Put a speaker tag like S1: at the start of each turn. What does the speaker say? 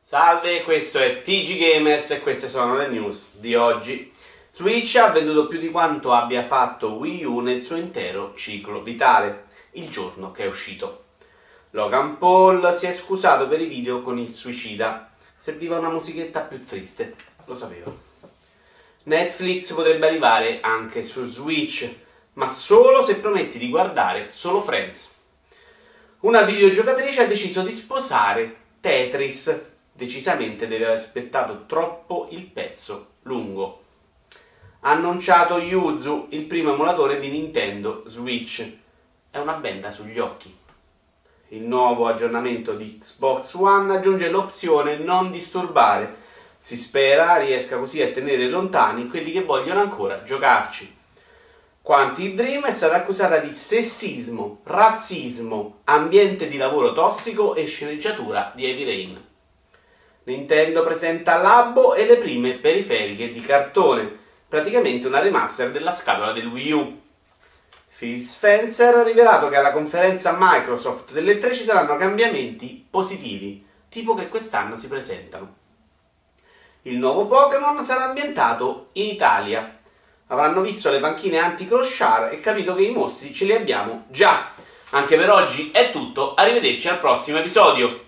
S1: Salve, questo è TG Gamers e queste sono le news di oggi. Switch ha venduto più di quanto abbia fatto Wii U nel suo intero ciclo vitale, il giorno che è uscito. Logan Paul si è scusato per i video con il suicida. Serviva una musichetta più triste, lo sapevo. Netflix potrebbe arrivare anche su Switch, ma solo se prometti di guardare solo Friends. Una videogiocatrice ha deciso di sposare Tetris. Decisamente deve aver aspettato troppo il pezzo lungo. Ha annunciato Yuzu, il primo emulatore di Nintendo Switch. È una benda sugli occhi. Il nuovo aggiornamento di Xbox One aggiunge l'opzione non disturbare. Si spera riesca così a tenere lontani quelli che vogliono ancora giocarci. Quantic Dream è stata accusata di sessismo, razzismo, ambiente di lavoro tossico e sceneggiatura di Heavy Rain. Nintendo presenta Labo e le prime periferiche di cartone, praticamente una remaster della scatola del Wii U. Phil Spencer ha rivelato che alla conferenza Microsoft delle 3 ci saranno cambiamenti positivi, tipo che quest'anno si presentano. Il nuovo Pokémon sarà ambientato in Italia. Avranno visto le panchine anti-crosshair e capito che i mostri ce li abbiamo già. Anche per oggi è tutto, arrivederci al prossimo episodio.